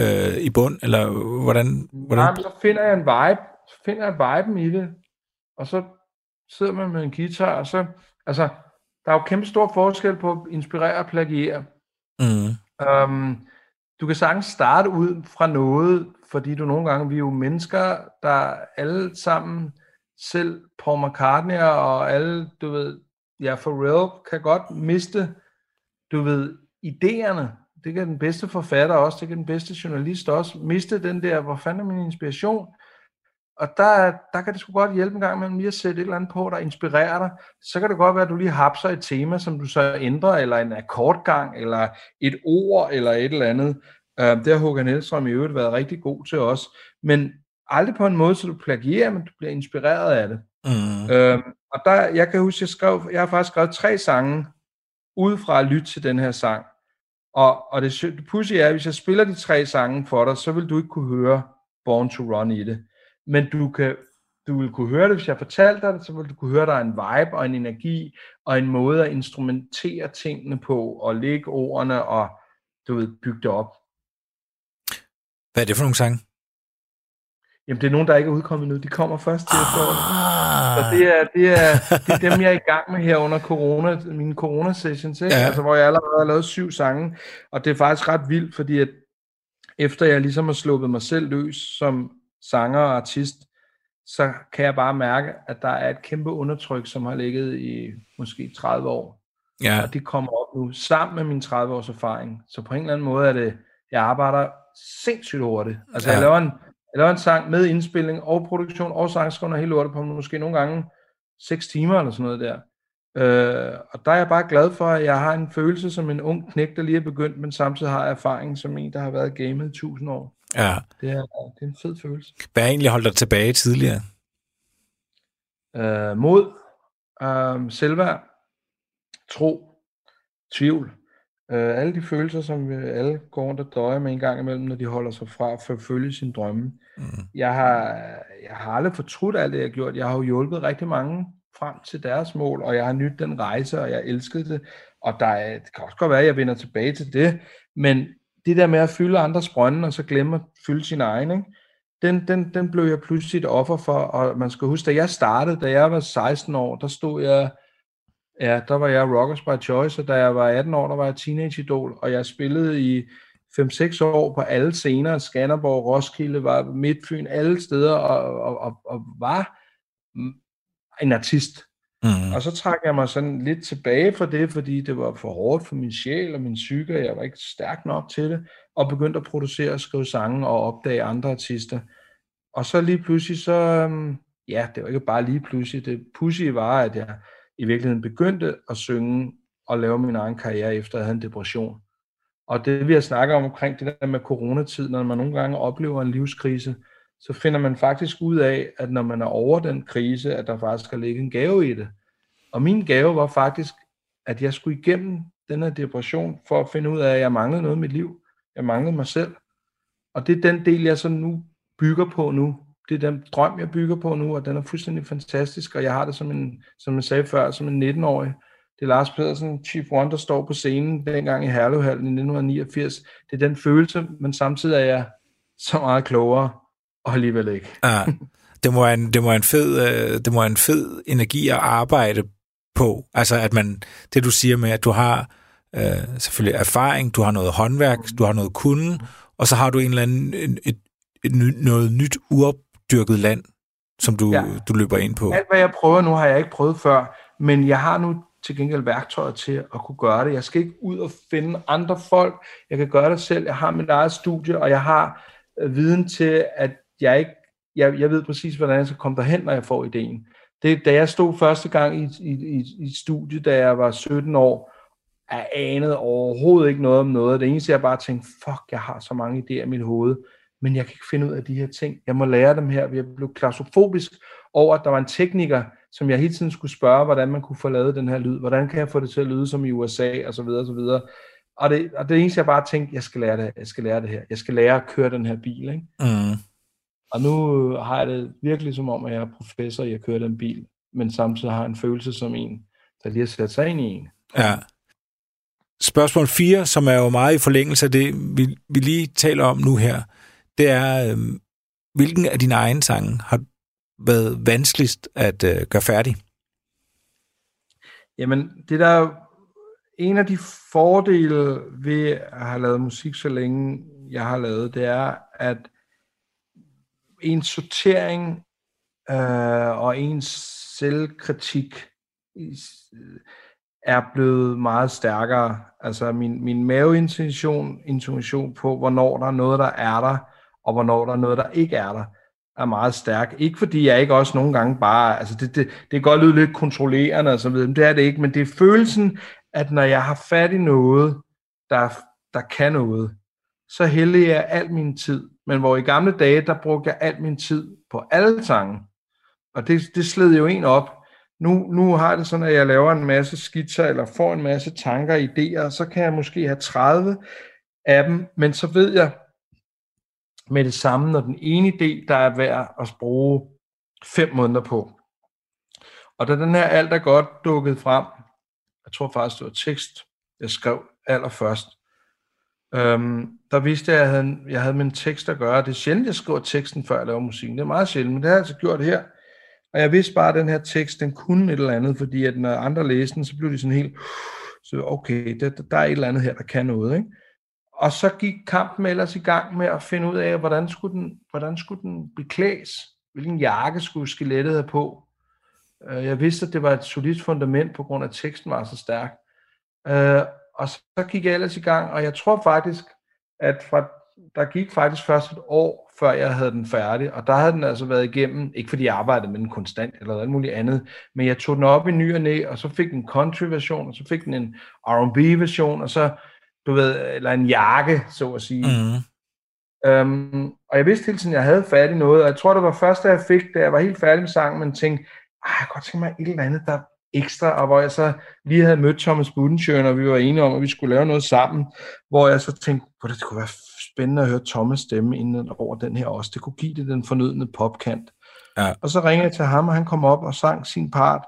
i bund, eller hvordan? Nej, så finder jeg en vibe, viben i det, og så sidder man med en guitar, og så, altså, der er jo kæmpe stor forskel på at inspirere og plagiere. Du kan sagtens starte ud fra noget, fordi du nogle gange, vi er jo mennesker, der alle sammen, selv Paul McCartney og alle, du ved, ja, Pharrell kan godt miste, du ved, idéerne. det kan den bedste forfatter også, det kan den bedste journalist også, miste den der, hvor fanden er min inspiration? Og der kan det sgu godt hjælpe en gang imellem lige at sætte et eller andet på, der inspirerer dig. Så kan det godt være, at du lige hapser et tema, som du så ændrer, eller en akkordgang, eller et ord, eller et eller andet. Det har Håkan Hellstrøm i øvrigt været rigtig god til også. Men aldrig på en måde, så du plagierer, men du bliver inspireret af det. Og jeg kan huske, jeg har faktisk skrevet 3 sange, ud fra at lytte til den her sang. Og det pudsige er, at hvis jeg spiller de 3 sange for dig, så vil du ikke kunne høre Born to Run i det. Men du vil kunne høre det, hvis jeg fortalte dig det, så vil du kunne høre, der er en vibe og en energi, og en måde at instrumentere tingene på, og lægge ordene, og du ved, bygge det op. Hvad er det for nogle sange? Jamen, det er nogen, der ikke er udkommet nu. De kommer først til efteråret. Så det er dem, jeg er i gang med her under mine corona-sessions, ikke? Ja. Altså, hvor jeg allerede har lavet 7 sange. Og det er faktisk ret vildt, fordi at efter jeg ligesom har sluppet mig selv løs som sanger og artist, så kan jeg bare mærke, at der er et kæmpe undertryk, som har ligget i måske 30 år. Ja. Og det kommer op nu, sammen med min 30 års erfaring. Så på en eller anden måde er det, jeg arbejder sindssygt hurtigt. Altså jeg laver en sang med indspilning og produktion og sangskrivning og hele lortet på måske nogle gange 6 timer eller sådan noget der. Og der er jeg bare glad for, at jeg har en følelse som en ung knægt, der lige er begyndt, men samtidig har erfaring som en, der har været i gamet 1000 år. Ja. Det er en fed følelse. Hvad har egentlig holdt dig tilbage tidligere? Mod, selvværd, tro, tvivl. Alle de følelser, som vi alle går rundt og døjer med en gang imellem, når de holder sig fra for at følge sin drømme. Jeg har aldrig fortrudt alt det, jeg har gjort. Jeg har jo hjulpet rigtig mange frem til deres mål, og jeg har nydt den rejse, og jeg elskede det. Og det kan også godt være, at jeg vender tilbage til det, men det der med at fylde andres brønde, og så glemme at fylde sin egen, ikke? Den blev jeg pludselig et offer for, og man skal huske, da jeg startede, da jeg var 16 år, der var jeg rockers by choice, og da jeg var 18 år, der var jeg teenage-idol, og jeg spillede i 5-6 år på alle scener, Skanderborg, Roskilde, var Midtfyn, alle steder, og var en artist. Og så trak jeg mig sådan lidt tilbage fra det, fordi det var for hårdt for min sjæl og min psyke, og jeg var ikke stærk nok til det, og begyndte at producere og skrive sange og opdage andre artister. Og så lige pludselig, det var ikke bare lige pludselig, det pudsige var, at jeg i virkeligheden begyndte at synge og lave min egen karriere, efter jeg havde en depression. Og det vi har snakket omkring det der med coronatid, når man nogle gange oplever en livskrise, så finder man faktisk ud af, at når man er over den krise, at der faktisk har ligget en gave i det. Og min gave var faktisk, at jeg skulle igennem den her depression, for at finde ud af, at jeg manglede noget i mit liv. Jeg manglede mig selv. Og det er den del, jeg så nu bygger på nu. Det er den drøm, jeg bygger på nu, og den er fuldstændig fantastisk, og jeg har det som jeg sagde før, som en 19-årig. Det er Lars Pedersen, Chief One, der står på scenen dengang i Herlevhallen i 1989. Det er den følelse, men samtidig er jeg så meget klogere, og alligevel ikke. Det må være en fed energi at arbejde på. Altså, at det du siger med, at du har selvfølgelig erfaring, du har noget håndværk, du har noget kunde, og så har du en eller anden noget nyt uopdyrket land, som du løber ind på. Alt hvad jeg prøver nu, har jeg ikke prøvet før, men jeg har nu til gengæld værktøjer til at kunne gøre det. Jeg skal ikke ud og finde andre folk. Jeg kan gøre det selv. Jeg har mit eget studie, og jeg har viden til, at jeg ved præcis, hvordan jeg skal komme derhen, når jeg får ideen. Da jeg stod første gang i studiet, da jeg var 17 år, jeg anede overhovedet ikke noget om noget. Det eneste, jeg bare tænkte, jeg har så mange idéer i mit hoved, men jeg kan ikke finde ud af de her ting. Jeg må lære dem her. Jeg blev klaustrofobisk over, at der var en tekniker, som jeg hele tiden skulle spørge, hvordan man kunne få lavet den her lyd. Hvordan kan jeg få det til at lyde som i USA, og så videre, og så videre. Og det eneste, jeg bare tænkte, jeg skal lære det her. Jeg skal lære at køre den her bil, ikke? Og nu har jeg det virkelig som om, at jeg er professor i at køre den bil, men samtidig har en følelse som en, der lige har sat sig ind i en. Ja. Spørgsmål 4, som er jo meget i forlængelse af det, vi lige taler om nu her, det er, hvilken af dine egne sange har været vanskeligst at gøre færdig? Jamen, det der en af de fordele ved at have lavet musik, så længe jeg har lavet, det er, at en sortering og ens selvkritik er blevet meget stærkere. Altså min maveintuition på, hvornår der er noget, der er der, og hvornår der er noget, der ikke er der, er meget stærk. Ikke fordi jeg ikke også nogle gange bare, altså det kan godt lyde lidt kontrollerende og så videre, men det er det ikke, men det er følelsen, at når jeg har fat i noget, der kan noget, så hælder jeg al min tid. Men hvor i gamle dage, der brugte jeg al min tid på alle sange. Og det sled jo en op. Nu har det sådan, at jeg laver en masse skitser, eller får en masse tanker og idéer, så kan jeg måske have 30 af dem, men så ved jeg med det samme, når den ene idé, der er værd at bruge 5 måneder på. Og da den her Alt er godt dukkede frem, jeg tror faktisk, det var tekst, jeg skrev allerførst, der vidste jeg, at jeg havde med en tekst at gøre. Det er sjældent, jeg skriver teksten, før jeg laver musikken. Det er meget sjældent, men det har jeg altså gjort her. Og jeg vidste bare, at den her tekst, den kunne et eller andet, fordi at når andre læste den, så blev de sådan helt, så okay, der er et eller andet her, der kan noget, ikke? Og så gik kampen ellers i gang med at finde ud af, hvordan skulle den beklædes? Hvilken jakke skulle skelettet have på? Jeg vidste, at det var et solidt fundament, på grund af, at teksten var så stærk. Og så gik jeg ellers i gang, og jeg tror faktisk, at der gik faktisk først et år, før jeg havde den færdig, og der havde den altså været igennem, ikke fordi jeg arbejdede med den konstant, eller alt muligt andet, men jeg tog den op i ny og næ, og så fik den en country-version, og så fik den en R&B-version, og så, eller en jakke, så at sige. Mm. Og jeg vidste hele tiden, at jeg havde færdig noget, og jeg tror, det var først, da jeg var helt færdig med sangen, men tænkte, jeg kan godt tænke mig et eller andet, der ekstra, og hvor jeg så lige havde mødt Thomas Budensjøen, og vi var enige om, at vi skulle lave noget sammen, hvor jeg så tænkte, det kunne være spændende at høre Thomas stemme inden over den her også. Det kunne give det den fornødne popkant. Ja. Og så ringede jeg til ham, og han kom op og sang sin part,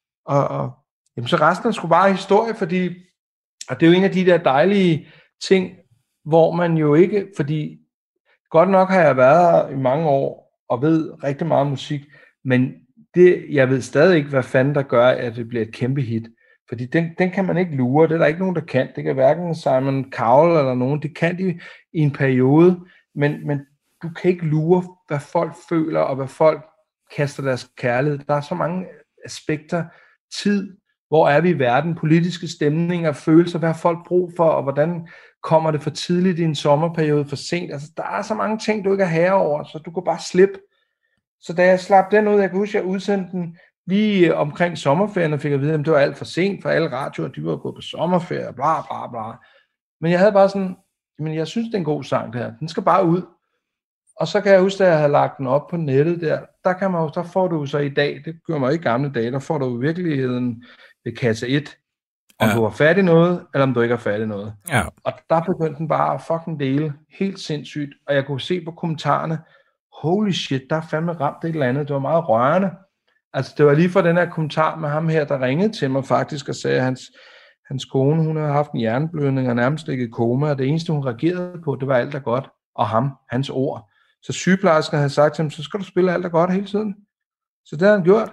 og jamen, så resten skulle bare historie, fordi, og det er jo en af de der dejlige ting, hvor man jo ikke, fordi godt nok har jeg været her i mange år, og ved rigtig meget musik, men jeg ved stadig ikke, hvad fanden der gør, at det bliver et kæmpe hit. Fordi den kan man ikke lure. Det er der ikke nogen, der kan. Det kan hverken Simon Cowell eller nogen. Det kan de i en periode. Men du kan ikke lure, hvad folk føler, og hvad folk kaster deres kærlighed. Der er så mange aspekter. Tid. Hvor er vi i verden? Politiske stemninger, følelser. Hvad har folk brug for? Og hvordan kommer det for tidligt i en sommerperiode? For sent? Altså, der er så mange ting, du ikke er herre over. Så du kan bare slippe. Så da jeg slap den ud, jeg kan huske, at jeg udsendte den lige omkring sommerferien, og fik at vide, at det var alt for sent for alle radioer, de var gået på sommerferie, bla bla bla. Men jeg havde bare sådan, men jeg synes, det er en god sang, det her. Den skal bare ud. Og så kan jeg huske, at jeg havde lagt den op på nettet der får du så i dag, det gør mig i gamle dage, der får du i virkeligheden ved kasse 1, om du var færdig noget, eller om du ikke er færdig noget. Ja. Og der begyndte den bare at fucking dele, helt sindssygt, og jeg kunne se på kommentarerne, holy shit, der er fandme ramt et eller andet. Det var meget rørende. Altså, det var lige for den her kommentar med ham her, der ringede til mig faktisk og sagde, at hans kone, hun havde haft en hjerneblødning og nærmest ligget i koma, og det eneste, hun reagerede på, det var Alt er godt, og hans ord. Så sygeplejersken havde sagt til ham, så skal du spille Alt er godt hele tiden. Så det havde han gjort.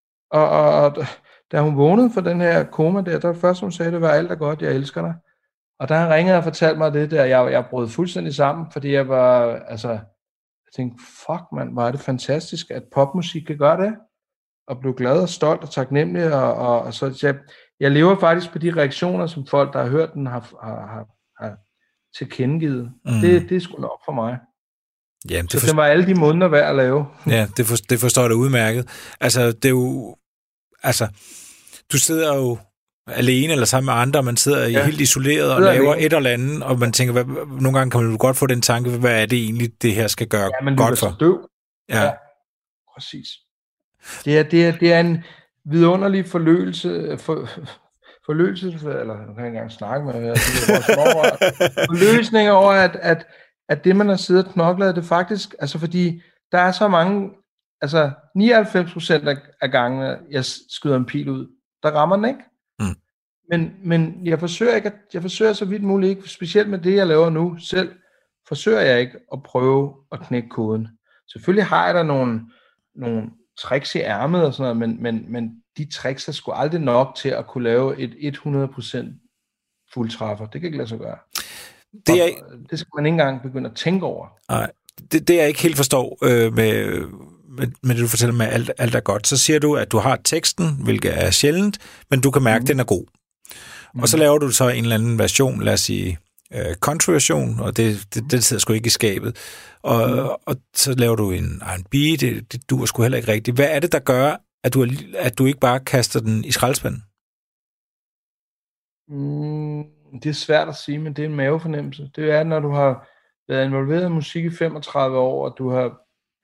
Og da hun vågnede for den her koma der var det første, hun sagde, det var Alt er godt, jeg elsker dig. Og da han ringede og fortalte mig det der, jeg brød fuldstændig sammen, fordi jeg var, altså, jeg tænkte, fuck mand, hvor er det fantastisk, at popmusik kan gøre det, og blive glad og stolt og taknemmelig, og så jeg lever faktisk på de reaktioner, som folk, der har hørt den, har tilkendegivet. Det er sgu nok for mig. Jamen, så det var alle de måneder værd at lave. Ja, det forstår jeg udmærket. Altså, det er jo, altså, du sidder jo alene eller sammen med andre, man sidder helt isoleret og laver et eller andet, og man tænker, nogle gange kan man jo godt få den tanke, hvad er det egentlig, det her skal gøre godt for? Støv. Ja, præcis. Det er en vidunderlig forløselse, eller jeg kan ikke engang snakke med forløsning over, at det, man har siddet og knoklet, det faktisk, altså fordi der er så mange, altså 99% af gangene, jeg skyder en pil ud, der rammer den ikke. Men jeg forsøger så vidt muligt ikke, specielt med det, jeg laver nu selv, forsøger jeg ikke at prøve at knække koden. Selvfølgelig har jeg der nogle tricks i ærmet og sådan noget, men de tricks er sgu aldrig nok til at kunne lave et 100% fuldtræffer. Det kan ikke lade sig gøre. Det skal man ikke engang begynde at tænke over. Nej, det jeg ikke helt forstår med det, du fortæller med alt er godt. Så siger du, at du har teksten, hvilket er sjældent, men du kan mærke, at den er god. Og så laver du så en eller anden version, lad os sige country-version, og det sidder sgu ikke i skabet. Og så laver du en R&B, det duer sgu heller ikke rigtigt. Hvad er det, der gør, at du ikke bare kaster den i skraldespanden? Det er svært at sige, men det er en mavefornemmelse. Det er, når du har været involveret i musik i 35 år, og du har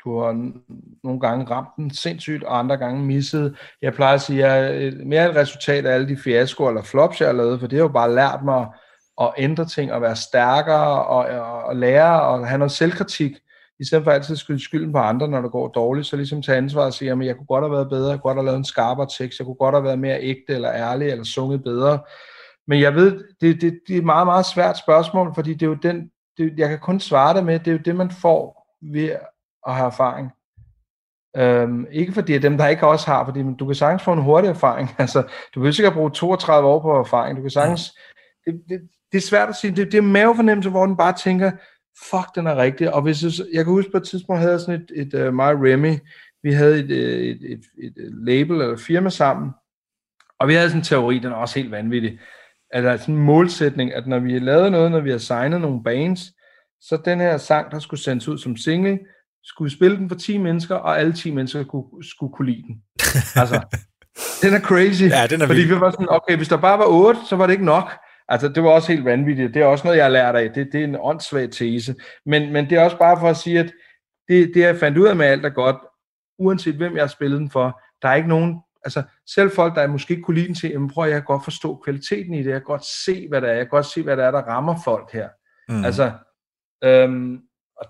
nogle gange ramt den sindssygt, og andre gange misset. Jeg plejer at sige, at jeg er mere et resultat af alle de fiaskoer eller flops, jeg har lavet, for det har jo bare lært mig at ændre ting, og være stærkere, og lære, og have noget selvkritik, i stedet for altid at skyde skylden på andre, når det går dårligt, så ligesom tage ansvar og sige, at jeg kunne godt have været bedre, jeg kunne godt have lavet en skarpere tekst, jeg kunne godt have været mere ægte eller ærlig, eller sunget bedre. Men jeg ved, det er et meget, meget svært spørgsmål, fordi det er jo jeg kan kun svare det med, det er jo det, man får ved at have erfaring. Ikke fordi dem, der ikke også har, fordi du kan sagtens få en hurtig erfaring. Altså, du vil sikkert bruge 32 år på erfaring. Du kan sagtens... Det er svært at sige. Det er mavefornemmelse, hvor den bare tænker, fuck, den er rigtig. Og hvis jeg kan huske på et tidspunkt, havde jeg sådan et mig og Remy, vi havde et label eller firma sammen, og vi havde sådan en teori, den er også helt vanvittig. At der er sådan en målsætning, at når vi har lavet noget, når vi har signet nogle bands, så den her sang, der skulle sendes ud som single, skulle vi spille den for 10 mennesker, og alle 10 mennesker skulle kunne lide den. Altså, den er crazy. Ja, den er fordi vild. vi var sådan, okay, hvis der bare var 8, så var det ikke nok. Altså, det var også helt vanvittigt. Det er også noget, jeg har lært af. Det er en åndssvag tese. Men det er også bare for at sige, at det jeg fandt ud af med alt er godt, uanset hvem jeg har spillet den for, der er ikke nogen, altså selv folk, der måske ikke kunne lide den til, jamen prøv, jeg kan godt forstå kvaliteten i det, jeg kan godt se, hvad det er, jeg kan godt se, hvad det er, der rammer folk her. Altså, og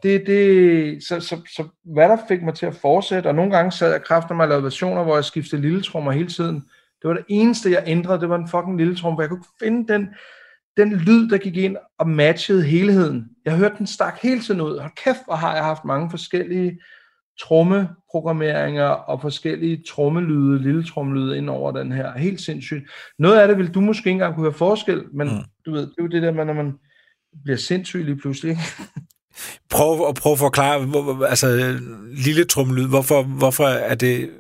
så hvad der fik mig til at fortsætte, og nogle gange sad jeg kræfter mig og lavede versioner, hvor jeg skiftede lilletrommer hele tiden. Det var det eneste, jeg ændrede, det var en fucking lilletromme, for jeg kunne ikke finde den lyd, der gik ind og matchede helheden. Jeg hørte den stak hele tiden ud. Hold kæft, hvor har jeg haft mange forskellige trommeprogrammeringer og forskellige trommelyde, lille trommelyde ind over den her. Helt sindssygt. Noget af det vil du måske ikke engang kunne høre forskel, men du ved, det er jo det der, når man bliver sindssyg lige pludselig. Prøv at forklare, altså lille trommelyd, hvorfor er det...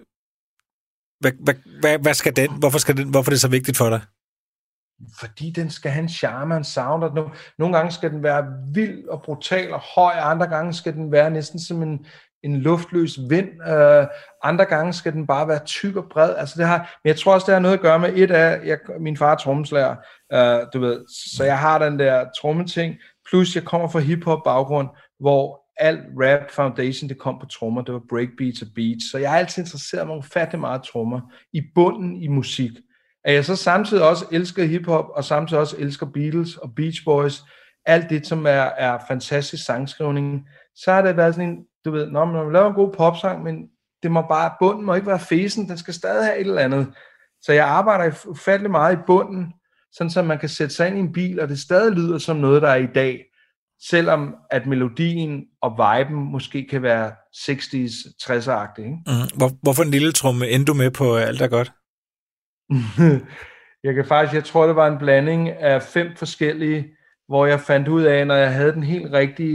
Hvad skal den? Hvorfor er det så vigtigt for dig? Fordi den skal have en charme og en sound. Og nogle gange skal den være vild og brutal og høj, andre gange skal den være næsten som en luftløs vind. Andre gange skal den bare være tyk og bred. Altså men jeg tror også, det har noget at gøre med min far er trommeslager, du ved, så jeg har den der trommeting, plus jeg kommer fra hiphop baggrund, hvor alt rap foundation, det kom på trommer, det var breakbeats og beats, så jeg har altid interesseret mig ufattelig meget trommer i bunden i musik. At jeg så samtidig også elsker hiphop, og samtidig også elsker Beatles og Beach Boys, alt det, som er fantastisk sangskrivning, så har det været sådan en, du ved, når man laver en god popsang, men det må bare, bunden må ikke være fesen, den skal stadig have et eller andet. Så jeg arbejder ufattelig meget i bunden, sådan så man kan sætte sig ind i en bil, og det stadig lyder som noget, der er i dag, selvom at melodien og viben måske kan være 60's, 60'er-agtig. Ikke? Hvorfor en lille tromme endte du med på Alt er godt? Jeg tror, det var en blanding af 5 forskellige, hvor jeg fandt ud af, når jeg havde den helt rigtige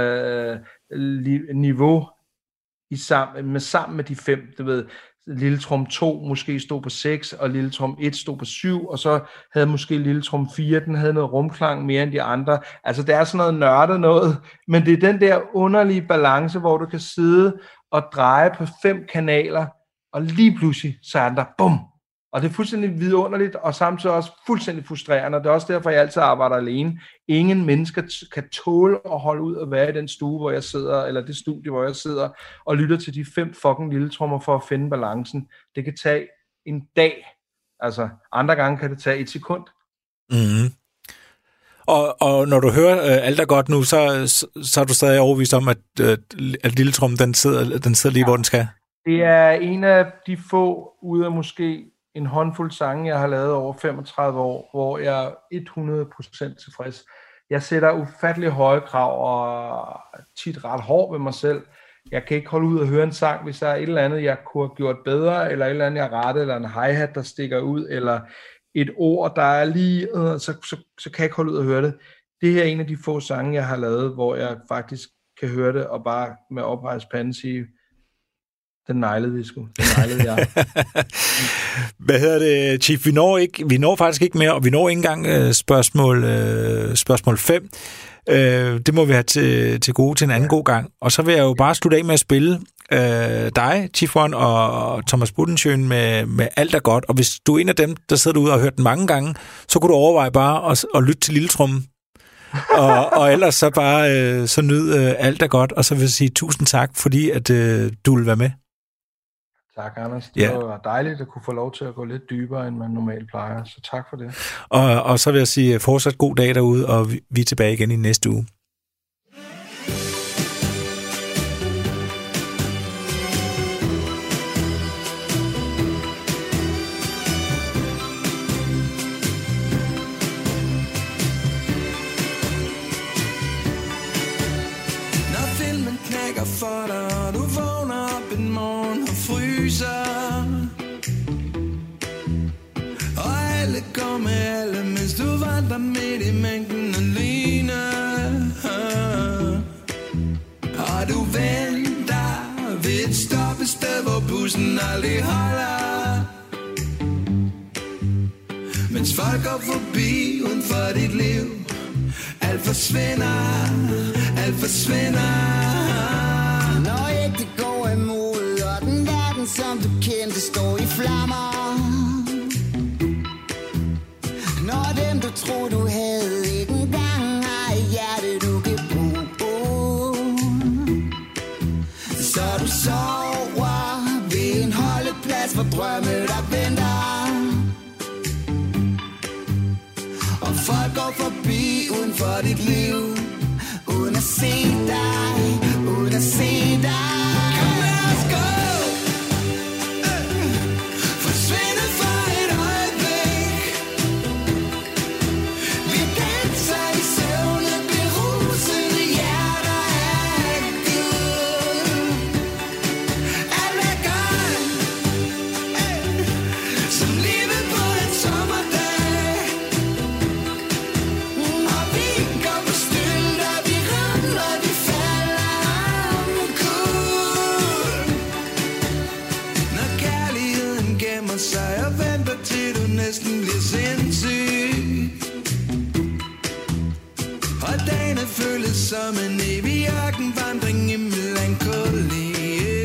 niveau sammen med de 5, du ved, Lille Trum 2 måske stod på 6, og Lille Trum 1 stod på 7, og så havde måske Lille Trum 4, den havde noget rumklang mere end de andre. Altså det er sådan noget nørdet noget, men det er den der underlige balance, hvor du kan sidde og dreje på 5 kanaler, og lige pludselig så er der bum. Og det er fuldstændig vidunderligt, og samtidig også fuldstændig frustrerende, og det er også derfor, jeg altid arbejder alene. Ingen mennesker kan tåle at holde ud og være i den stue, hvor jeg sidder, eller det studie, hvor jeg sidder, og lytter til de 5 fucking lille trommer for at finde balancen. Det kan tage en dag. Altså, andre gange kan det tage 1 sekund. Mm-hmm. Og når du hører Alt er godt nu, så er du stadig overbevist om, at lille trom, den sidder lige, hvor den skal? Det er en af de få ud af måske en håndfuld sange, jeg har lavet over 35 år, hvor jeg er 100% tilfreds. Jeg sætter ufattelig høje krav, og tit ret hård ved mig selv. Jeg kan ikke holde ud og høre en sang, hvis der er et eller andet, jeg kunne have gjort bedre, eller et eller andet, jeg har rettet, eller en hi-hat, der stikker ud, eller et ord, der er lige, så kan jeg ikke holde ud og høre det. Det her er en af de få sange, jeg har lavet, hvor jeg faktisk kan høre det, og bare med oprejst pande sige, Den neglede vi sgu. Den neglede jeg. Hvad hedder det, Chief? Vi når faktisk ikke mere, og vi når ikke engang spørgsmål 5. Det må vi have til gode til en anden god gang. Og så vil jeg jo bare slutte af med at spille dig, Chief One, og Thomas Buttenschön med Alt er godt. Og hvis du er en af dem, der sidder derude og har hørt den mange gange, så kunne du overveje bare at lytte til Lilletrummen. og ellers så bare så nyd Alt er godt. Og så vil jeg sige tusind tak, fordi at du vil være med. Tak, Anders. Det var dejligt at kunne få lov til at gå lidt dybere, end man normalt plejer. Så tak for det. Og så vil jeg sige fortsat god dag derude, og vi er tilbage igen i næste uge. Når filmen knækker for dig, og du vågner op en morgen og fryser, og alle går med alle, mens du vandrer midt i mængden alene, og du venter ved et stoppested, hvor bussen aldrig holder, mens folk går forbi uden for dit liv. Alt forsvinder, alt forsvinder. Når ikke det går imod, og den verden, som du kendte, står i flammer. Når dem, du troede, du havde, ikke engang har et hjerte, du kan bruge. Så du sover ved en holdeplads, hvor drømme der venter. Og folk går forbi uden for dit liv, uden at se dig, uden at se dig. Kom lad os gå, forsvinde for et øjeblik. Vi danser i søvne, berusende hjerter af Gud. Alt er godt, som livet på en sommerdag. Og vi går på styl, og vi ramler, vi falder omkuld. Når kærligheden gemmer sig og venter til du næsten bliver sindssyg, og dagene føles som en evig ørkenvandring i melankoli,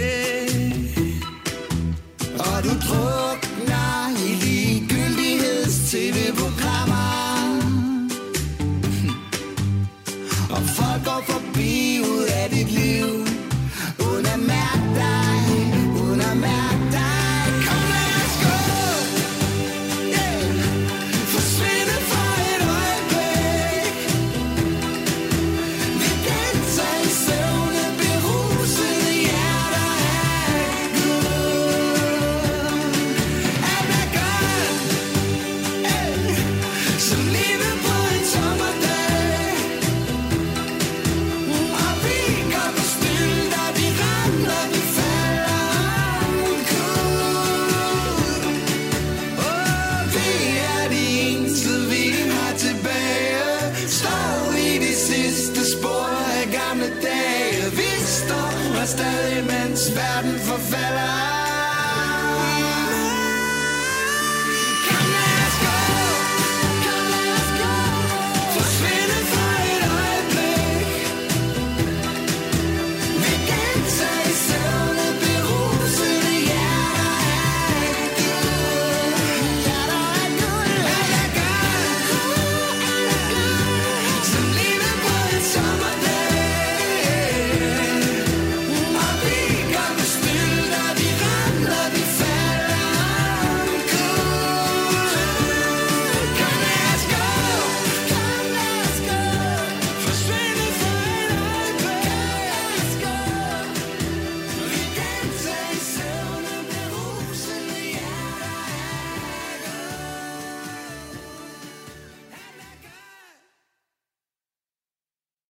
og du drukner i ligegyldigheds-tv-programmer. Og folk går forbi ud af dit liv, uden at mærke dig, uden at mærke dig. Kom lad os gå, forsvinde for et øjeblik. Vi danser i søvne, berusende hjerter af Gud. Alt er godt, som livet på en sommerdag. Og vi går på styl, og vi ramler, vi falder omkuld. Vi er de eneste, vi har tilbage. Står i de sidste spor af gamle dage. Vi står her stadig, mens verden forfalder.